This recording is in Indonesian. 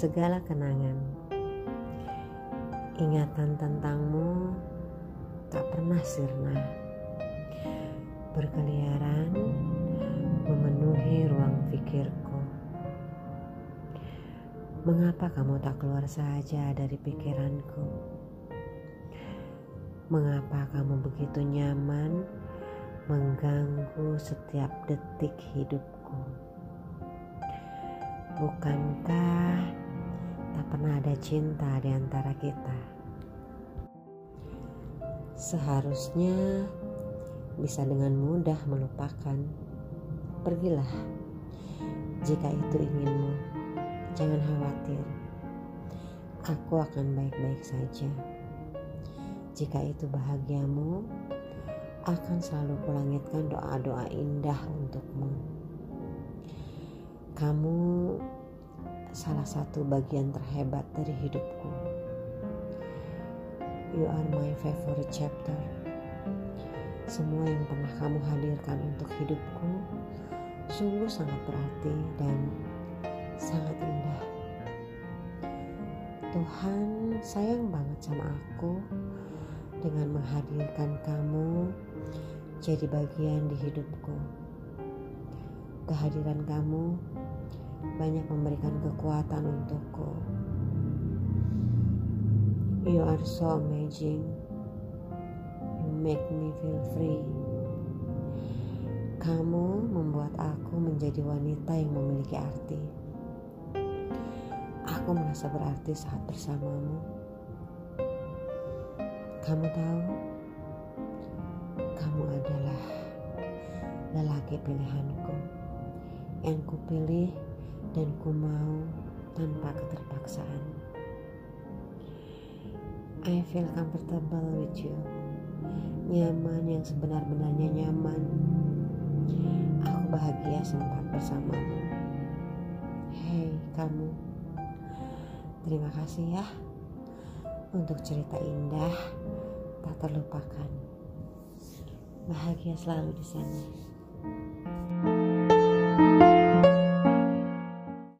segala kenangan. Ingatan tentangmu tak pernah sirna, berkeliaran memenuhi ruang pikirku. Mengapa kamu tak keluar saja dari pikiranku? Mengapa kamu begitu nyaman mengganggu setiap detik hidupku? Bukankah tak pernah ada cinta di antara kita? Seharusnya bisa dengan mudah melupakan. Pergilah jika itu inginmu. Jangan khawatir, aku akan baik-baik saja. Jika itu bahagiamu, akan selalu kulangitkan doa-doa indah untukmu. Kamu salah satu bagian terhebat dari hidupku. You are my favorite chapter. Semua yang pernah kamu hadirkan untuk hidupku sungguh sangat berarti dan sangat indah. Tuhan sayang banget sama aku dengan menghadirkan kamu jadi bagian di hidupku. Kehadiran kamu banyak memberikan kekuatan untukku. You are so amazing. You make me feel free. Kamu membuat aku menjadi wanita yang memiliki arti. Aku merasa berarti saat bersamamu. Kamu tahu, kamu adalah lelaki pilihanku yang kupilih dan ku mau tanpa keterpaksaan. I feel comfortable with you. Nyaman yang sebenar-benarnya nyaman. Aku bahagia sempat bersamamu. Hei kamu, terima kasih ya untuk cerita indah tak terlupakan. Bahagia selalu di sana.